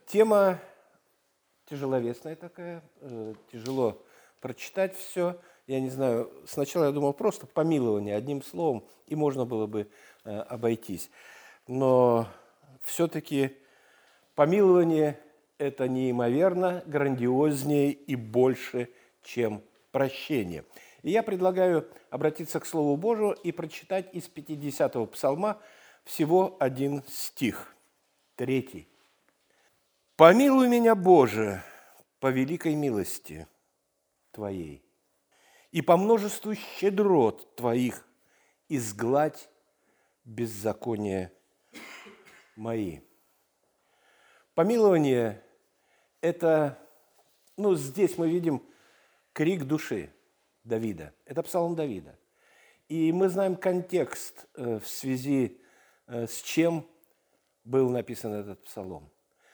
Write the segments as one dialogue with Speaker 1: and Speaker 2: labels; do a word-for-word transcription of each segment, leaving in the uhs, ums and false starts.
Speaker 1: Тема тяжеловесная такая, э, тяжело прочитать все. Я не знаю, сначала я думал просто помилование, одним словом, и можно было бы э, обойтись. Но все-таки помилование – это неимоверно грандиознее и больше, чем прощение. И я предлагаю обратиться к Слову Божию и прочитать из пятидесятого псалма всего один стих, третий. «Помилуй меня, Боже, по великой милости Твоей, и по множеству щедрот Твоих изгладь беззакония мои». Помилование – это, ну, здесь мы видим крик души Давида. Это псалом Давида. И мы знаем контекст, в связи с чем был написан этот псалом.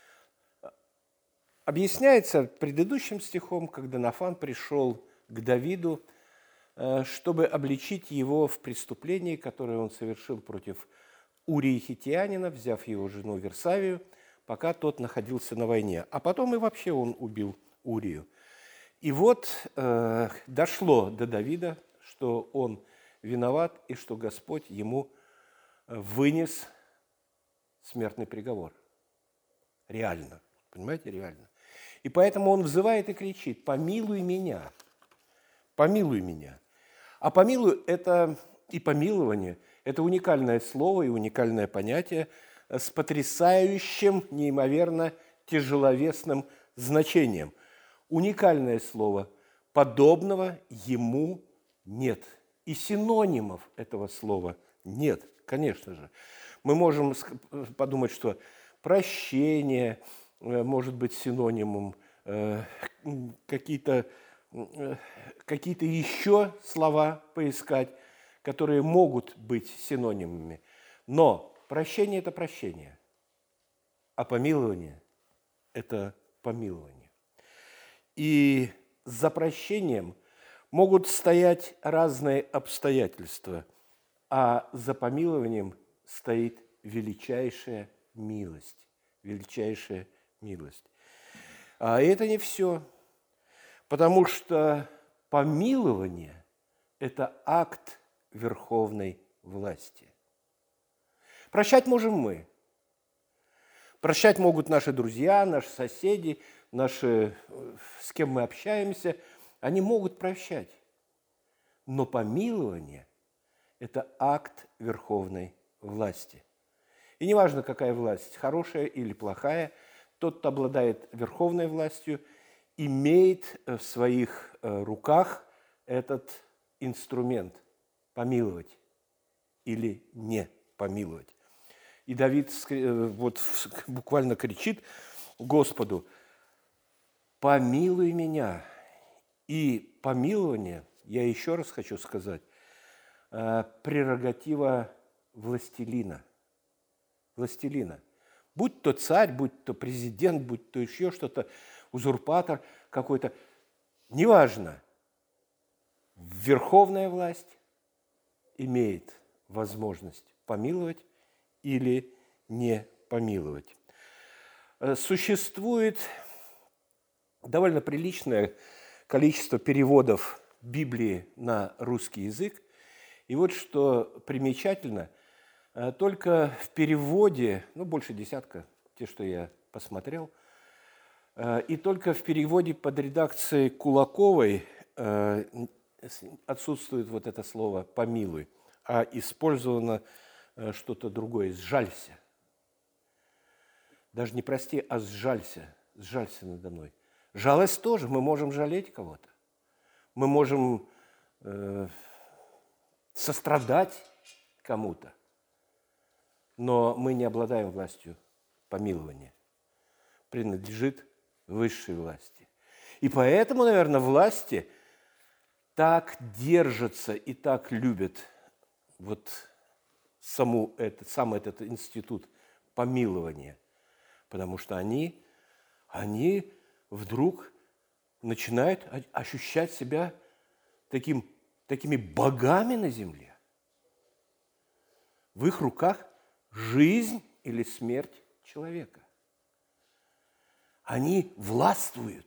Speaker 1: Объясняется предыдущим стихом, когда Нафан пришел к Давиду, чтобы обличить его в преступлении, которое он совершил против Урии Хиттеянина, взяв его жену Версавию, пока тот находился на войне. А потом и вообще он убил Урию. И вот э, дошло до Давида, что он виноват и что Господь ему вынес смертный приговор. Реально. Понимаете, реально. И поэтому он взывает и кричит: «Помилуй меня, помилуй меня». А помилуй – это и помилование, это уникальное слово и уникальное понятие с потрясающим, неимоверно тяжеловесным значением. Уникальное слово, подобного ему нет. И синонимов этого слова нет, конечно же. Мы можем подумать, что прощение может быть синонимом, какие-то, какие-то еще слова поискать, которые могут быть синонимами. Но прощение – это прощение, а помилование – это помилование. И за прощением могут стоять разные обстоятельства, а за помилованием стоит величайшая милость, величайшая милость. А это не все, потому что помилование – это акт верховной власти. Прощать можем мы. Прощать могут наши друзья, наши соседи, наши, с кем мы общаемся. Они могут прощать. Но помилование – это акт верховной власти. И неважно, какая власть, хорошая или плохая, тот, кто обладает верховной властью, имеет в своих руках этот инструмент – помиловать или не помиловать. И Давид вот буквально кричит Господу: «Помилуй меня». И помилование, я еще раз хочу сказать, прерогатива властелина. Властелина. Будь то царь, будь то президент, будь то еще что-то, узурпатор какой-то, неважно. Верховная власть имеет возможность помиловать или не помиловать. Существует довольно приличное количество переводов Библии на русский язык. И вот что примечательно, только в переводе, ну, больше десятка, те, что я посмотрел, и только в переводе под редакцией Кулаковой отсутствует вот это слово «помилуй», а использовано что-то другое – «сжалься». Даже не прости, а «сжалься», «сжалься надо мной». Жалость тоже, мы можем жалеть кого-то, мы можем э, сострадать кому-то, но мы не обладаем властью помилования, принадлежит высшей власти. И поэтому, наверное, власти так держатся и так любят вот саму этот, сам этот институт помилования, потому что они, они вдруг начинают ощущать себя таким, такими богами на земле. В их руках жизнь или смерть человека. они властвуют.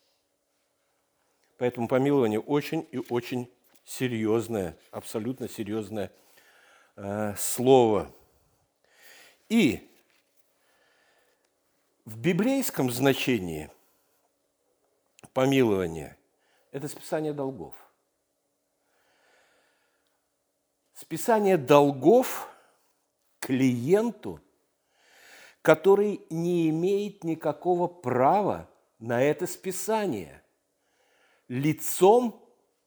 Speaker 1: Поэтому помилование очень и очень серьезное, абсолютно серьезное э, слово. И в библейском значении помилование – это списание долгов. Списание долгов клиенту, который не имеет никакого права на это списание, лицом,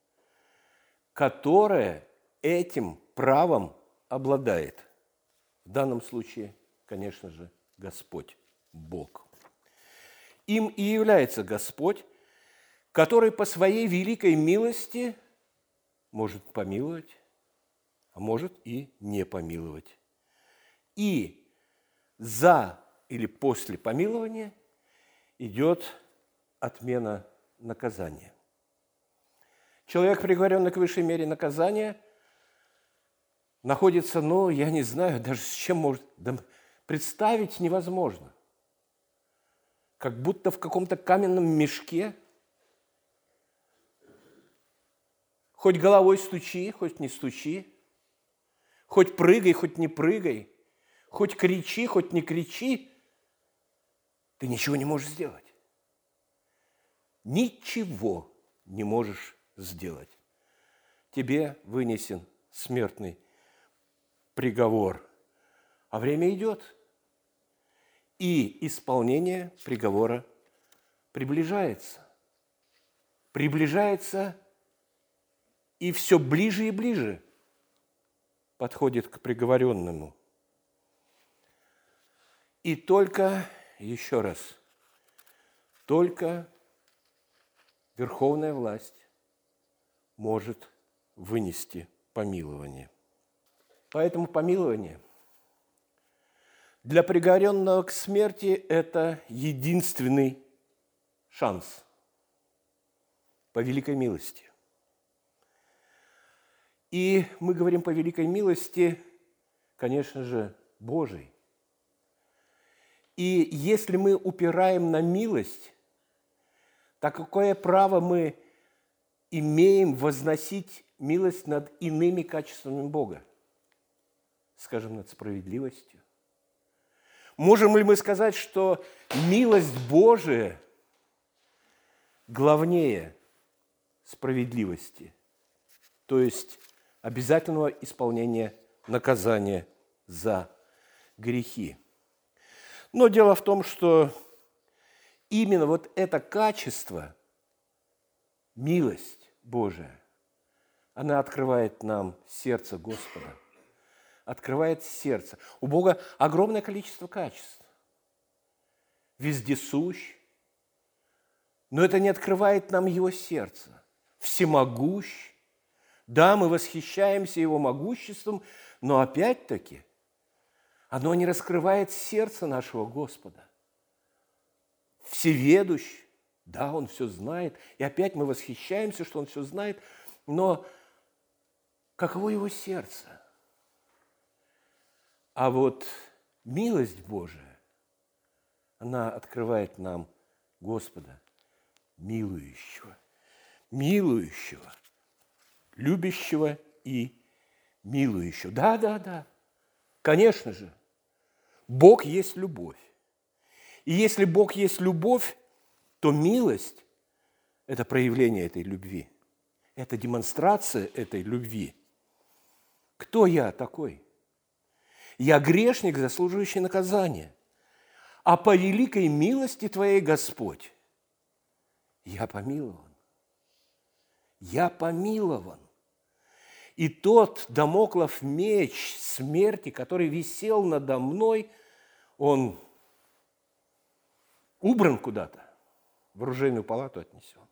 Speaker 1: которое этим правом обладает. В данном случае, конечно же, Господь, Бог. Им и является Господь, который по своей великой милости может помиловать, а может и не помиловать. И за или после помилования идет отмена наказания. Человек, приговоренный к высшей мере наказания, находится, ну, я не знаю, даже с чем может, да, представить невозможно. Как будто в каком-то каменном мешке, хоть головой стучи, хоть не стучи, хоть прыгай, хоть не прыгай, хоть кричи, хоть не кричи, ты ничего не можешь сделать. Ничего не можешь сделать. Тебе вынесен смертный приговор, а время идет, и исполнение приговора приближается. Приближается и все ближе и ближе подходит к приговоренному. И только, еще раз, только верховная власть может вынести помилование. Поэтому помилование для приговоренного к смерти – это единственный шанс по великой милости. И мы говорим по великой милости, конечно же, Божией. И если мы упираем на милость, так какое право мы имеем возносить милость над иными качествами Бога? Скажем, над справедливостью. Можем ли мы сказать, что милость Божия главнее справедливости, то есть обязательного исполнения наказания за грехи? Но дело в том, что именно вот это качество, милость Божия, она открывает нам сердце Господа, открывает сердце. У Бога огромное количество качеств, вездесущ, но это не открывает нам Его сердце. Всемогущ, да, мы восхищаемся Его могуществом, но опять-таки оно не раскрывает сердце нашего Господа. Всеведущ, да, Он все знает, и опять мы восхищаемся, что Он все знает, но каково Его сердце? А вот милость Божия, она открывает нам Господа, милующего, милующего, любящего и милующего. Да, да, да, конечно же, Бог есть любовь. И если Бог есть любовь, то милость – это проявление этой любви, это демонстрация этой любви. Кто я такой? Я грешник, заслуживающий наказания. А по великой милости Твоей, Господь, я помилован. Я помилован. И тот дамоклов меч смерти, который висел надо мной, он убран куда-то, в оружейную палату отнесен.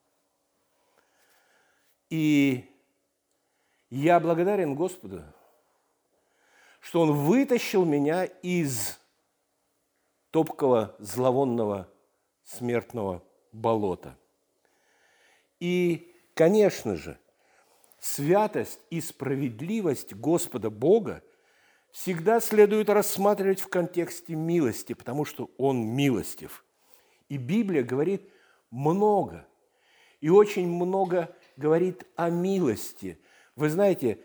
Speaker 1: И я благодарен Господу, что Он вытащил меня из топкого, зловонного, смертного болота. И, конечно же, святость и справедливость Господа Бога всегда следует рассматривать в контексте милости, потому что Он милостив. И Библия говорит много. И очень много говорит о милости. Вы знаете,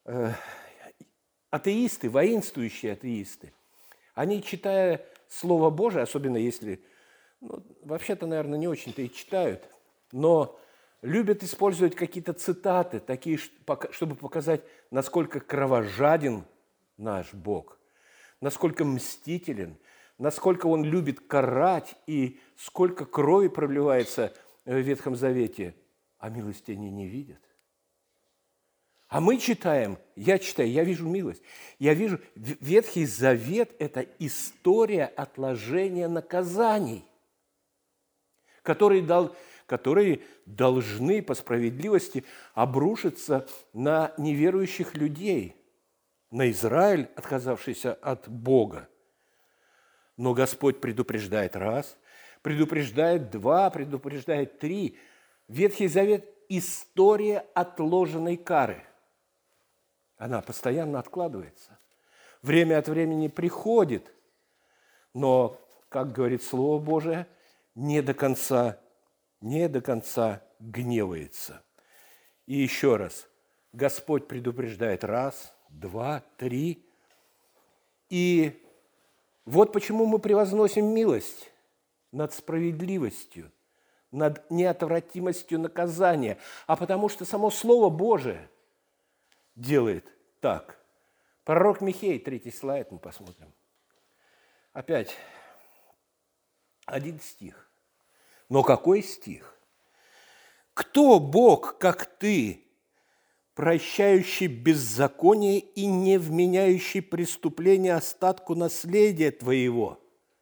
Speaker 1: атеисты, воинствующие атеисты, они, читая Слово Божие, особенно если, ну, вообще-то, наверное, не очень-то и читают, но любят использовать какие-то цитаты, такие, чтобы показать, насколько кровожаден наш Бог, насколько мстителен, насколько Он любит карать и сколько крови проливается в Ветхом Завете, а милости они не видят. А мы читаем, я читаю, я вижу милость. Я вижу, Ветхий Завет – это история отложения наказаний, которые, дал, которые должны по справедливости обрушиться на неверующих людей, на Израиль, отказавшийся от Бога. Но Господь предупреждает раз, предупреждает два, предупреждает три. Ветхий Завет – история отложенной кары. Она постоянно откладывается. Время от времени приходит, но, как говорит Слово Божие, не до конца, не до конца гневается. И еще раз, Господь предупреждает раз, два, три. И вот почему мы превозносим милость над справедливостью, над неотвратимостью наказания, а потому что само Слово Божие делает так. Пророк Михей, третий слайд мы посмотрим. Опять один стих. Но какой стих? «Кто Бог, как ты, прощающий беззаконие и не вменяющий преступление остатку наследия твоего?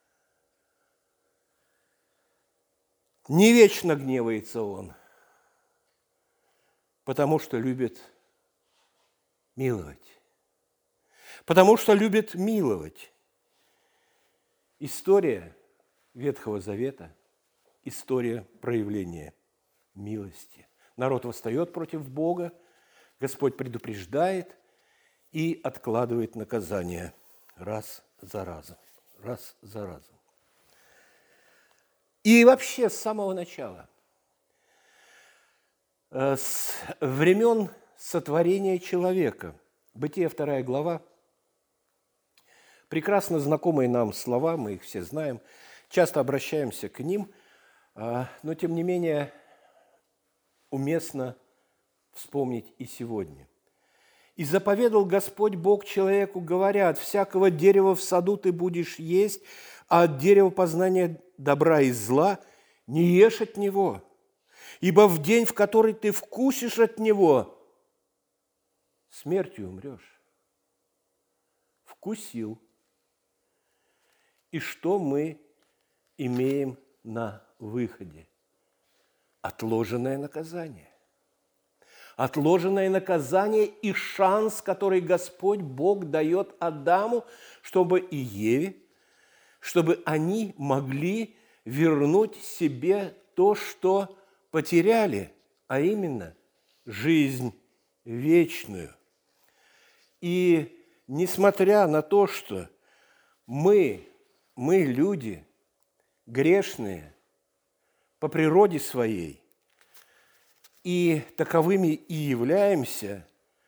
Speaker 1: Не вечно гневается он, потому что любит миловать. Потому что любит миловать». История Ветхого Завета – история проявления милости. Народ восстает против Бога, Господь предупреждает и откладывает наказание раз за разом, раз за разом. И вообще с самого начала, с времен сотворения человека, Бытие вторая глава, прекрасно знакомые нам слова, мы их все знаем, часто обращаемся к ним, но тем не менее уместно вспомнить и сегодня. «И заповедал Господь Бог человеку, говоря, от всякого дерева в саду ты будешь есть, а от дерева познания добра и зла не ешь от него, ибо в день, в который ты вкусишь от него, смертью умрешь». Вкусил. И что мы имеем на выходе? Отложенное наказание. Отложенное наказание и шанс, который Господь Бог дает Адаму, чтобы и Еве, чтобы они могли вернуть себе то, что потеряли, а именно жизнь вечную. И несмотря на то, что мы, мы люди грешные по природе своей, и таковыми и являемся,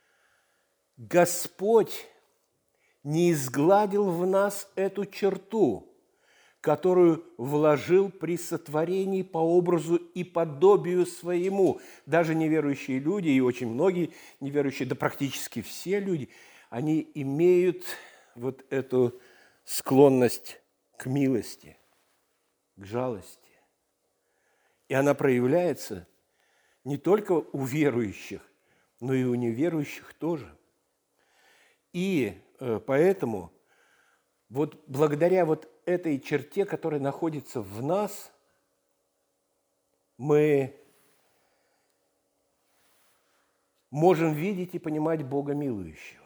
Speaker 1: Господь не изгладил в нас эту черту, которую вложил при сотворении по образу и подобию своему. Даже неверующие люди, и очень многие неверующие, да практически все люди, они имеют вот эту склонность к милости, к жалости. И она проявляется не только у верующих, но и у неверующих тоже. И поэтому вот благодаря вот этой черте, которая находится в нас, мы можем видеть и понимать Бога милующего.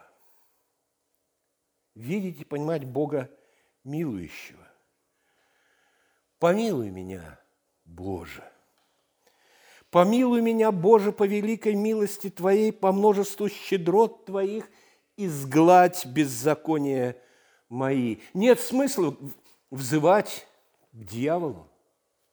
Speaker 1: Видеть и понимать Бога милующего. «Помилуй меня, Боже! Помилуй меня, Боже, по великой милости Твоей, по множеству щедрот Твоих, изгладь беззакония мои». Нет смысла взывать к дьяволу.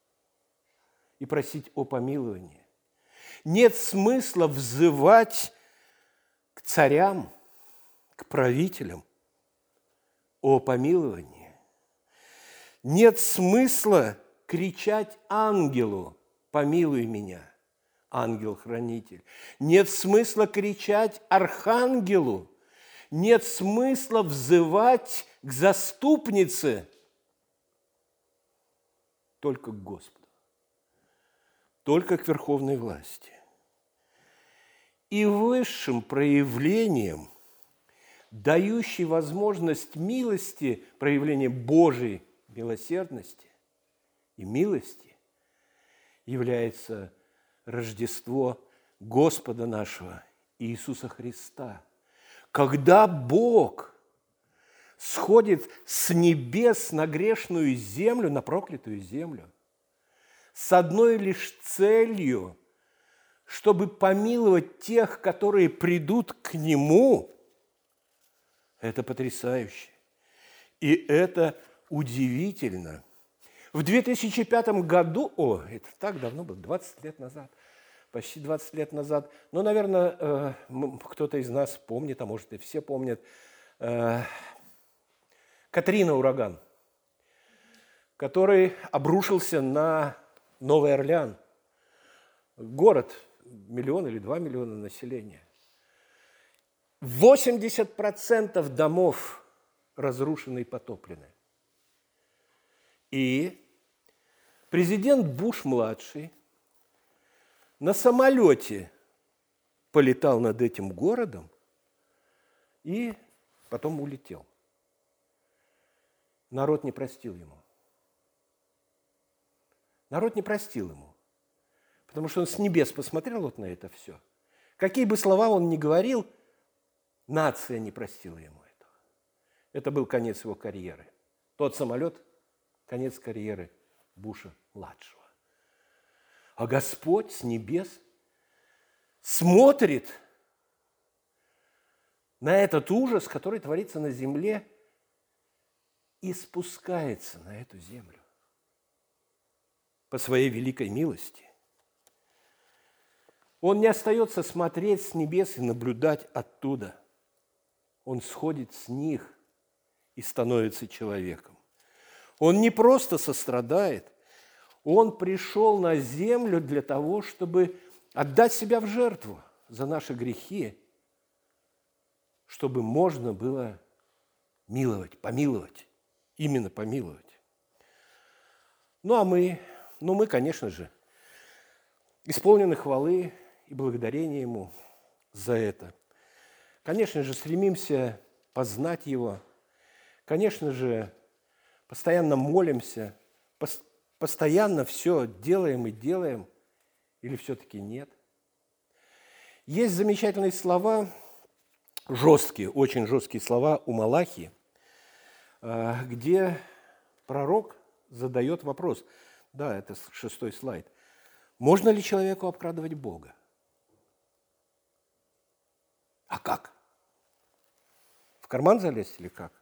Speaker 1: и просить о помиловании. Нет смысла взывать к царям, к правителям о помиловании. Нет смысла кричать ангелу: «Помилуй меня, ангел-хранитель». Нет смысла кричать архангелу. Нет смысла взывать к заступнице, только к Господу, только к верховной власти. И высшим проявлением, дающей возможность милости, проявления Божьей милосердности и милости, является Рождество Господа нашего Иисуса Христа. Когда Бог сходит с небес на грешную землю, на проклятую землю, с одной лишь целью, чтобы помиловать тех, которые придут к Нему, это потрясающе. И это удивительно. В две тысячи пятом году, о, это так давно было, двадцать лет назад, почти двадцать лет назад, ну, наверное, кто-то из нас помнит, а может и все помнят, Катрина ураган, который обрушился на Новый Орлеан, город, миллион или два миллиона населения. восемьдесят процентов домов разрушены и потоплены. И президент Буш-младший на самолете полетал над этим городом и потом улетел. Народ не простил ему. Народ не простил ему, потому что он с небес посмотрел вот на это все. Какие бы слова он ни говорил, нация не простила ему этого. Это был конец его карьеры. Тот самолет – конец карьеры Буша-младшего. А Господь с небес смотрит на этот ужас, который творится на земле, и спускается на эту землю по своей великой милости. Он не остается смотреть с небес и наблюдать оттуда. Он сходит с них и становится человеком. Он не просто сострадает, он пришел на землю для того, чтобы отдать себя в жертву за наши грехи, чтобы можно было миловать, помиловать, именно помиловать. Ну, а мы, ну, мы, конечно же, исполнены хвалы и благодарения Ему за это. Конечно же, стремимся познать Его. Конечно же, постоянно молимся, постоянно все делаем и делаем, или все-таки нет. Есть замечательные слова, жесткие, очень жесткие слова у Малахии, где пророк задает вопрос. Да, это шестой слайд. Можно ли человеку обкрадывать Бога? А как? В карман залезть или как?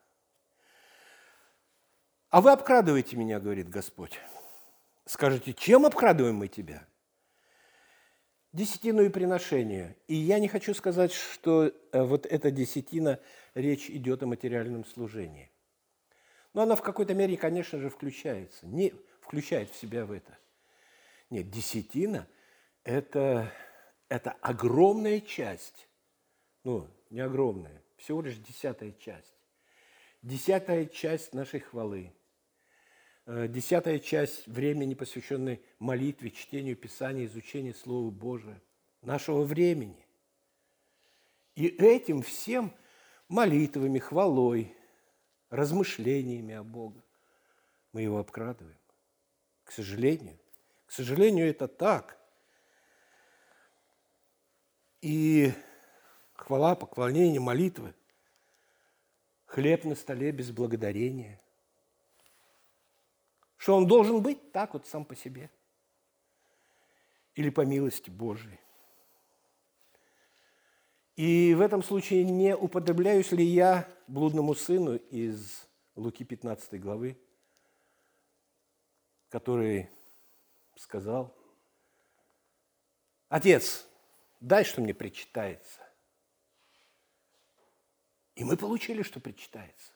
Speaker 1: А вы обкрадываете меня, говорит Господь. Скажете, чем обкрадываем мы тебя? Десятину и приношение. И я не хочу сказать, что вот эта десятина, речь идет о материальном служении. Но она в какой-то мере, конечно же, включается. Не включает в себя в это. Нет, десятина – это, это огромная часть. Ну, не огромная, всего лишь десятая часть. Десятая часть нашей хвалы. Десятая часть времени, посвященной молитве, чтению Писания, изучению Слова Божия, нашего времени. И этим всем молитвами, хвалой, размышлениями о Боге мы его обкрадываем. К сожалению. К сожалению, это так. И хвала, поклонение, молитвы, хлеб на столе без благодарения. Что он должен быть так вот сам по себе. Или по милости Божией. И в этом случае не уподобляюсь ли я блудному сыну из Луки пятнадцатой главы, который сказал: Отец, дай, что мне причитается. И мы получили, что причитается.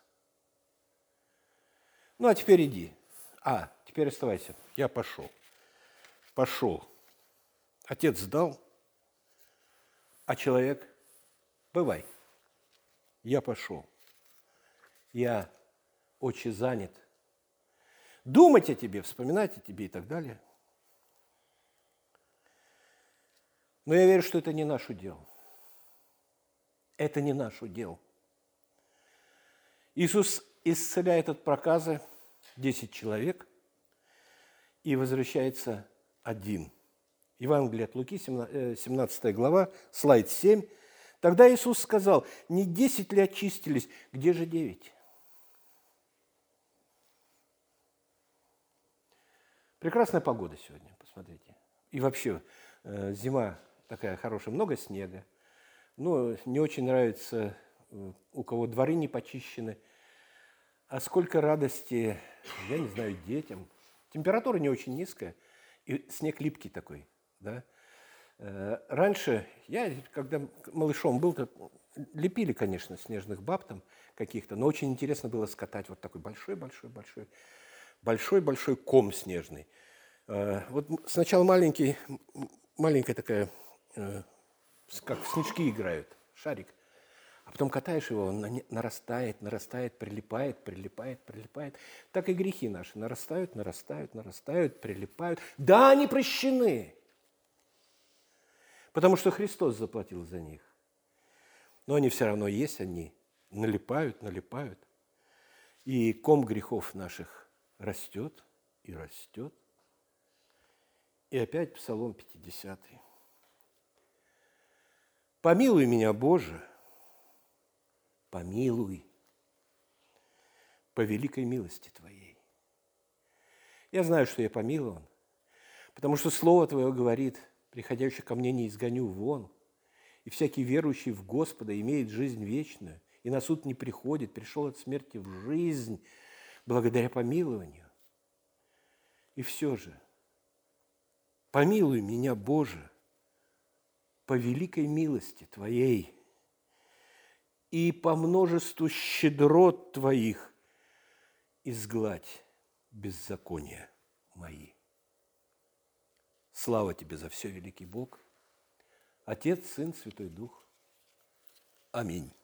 Speaker 1: Ну, а теперь иди. А, теперь оставайся. Я пошел. Пошел. Отец сдал, а человек, бывай. Я пошел. Я очень занят. Думать о тебе, вспоминать о тебе и так далее. Но я верю, что это не наш удел. Это не наш удел. Иисус исцеляет от проказа десять человек и возвращается один. Евангелие от Луки, семнадцатая глава, слайд семь. Тогда Иисус сказал: не десять ли очистились, где же девять? Прекрасная погода сегодня, посмотрите. И вообще, зима такая хорошая, много снега. Но не очень нравится, у кого дворы не почищены. А сколько радости, я не знаю, детям. Температура не очень низкая, и снег липкий такой. Да? Раньше, я, когда малышом был, то лепили, конечно, снежных баб там каких-то, но очень интересно было скатать вот такой большой-большой-большой, большой-большой ком снежный. Вот сначала маленький, маленькая такая, как в снежки играют, шарик. А потом катаешь его, он нарастает, нарастает, прилипает, прилипает, прилипает. Так и грехи наши нарастают, нарастают, нарастают, прилипают. Да, они прощены, потому что Христос заплатил за них. Но они все равно есть, они налипают, налипают. И ком грехов наших растет и растет. И опять Псалом пятидесятый. «Помилуй меня, Боже, помилуй по великой милости Твоей». Я знаю, что я помилован, потому что Слово Твое говорит: приходящих ко мне не изгоню вон, и всякий верующий в Господа имеет жизнь вечную, и на суд не приходит, пришел от смерти в жизнь благодаря помилованию. И все же, помилуй меня, Боже, по великой милости Твоей и по множеству щедрот Твоих изгладь беззакония мои. Слава Тебе за все, великий Бог, Отец, Сын, Святой Дух. Аминь.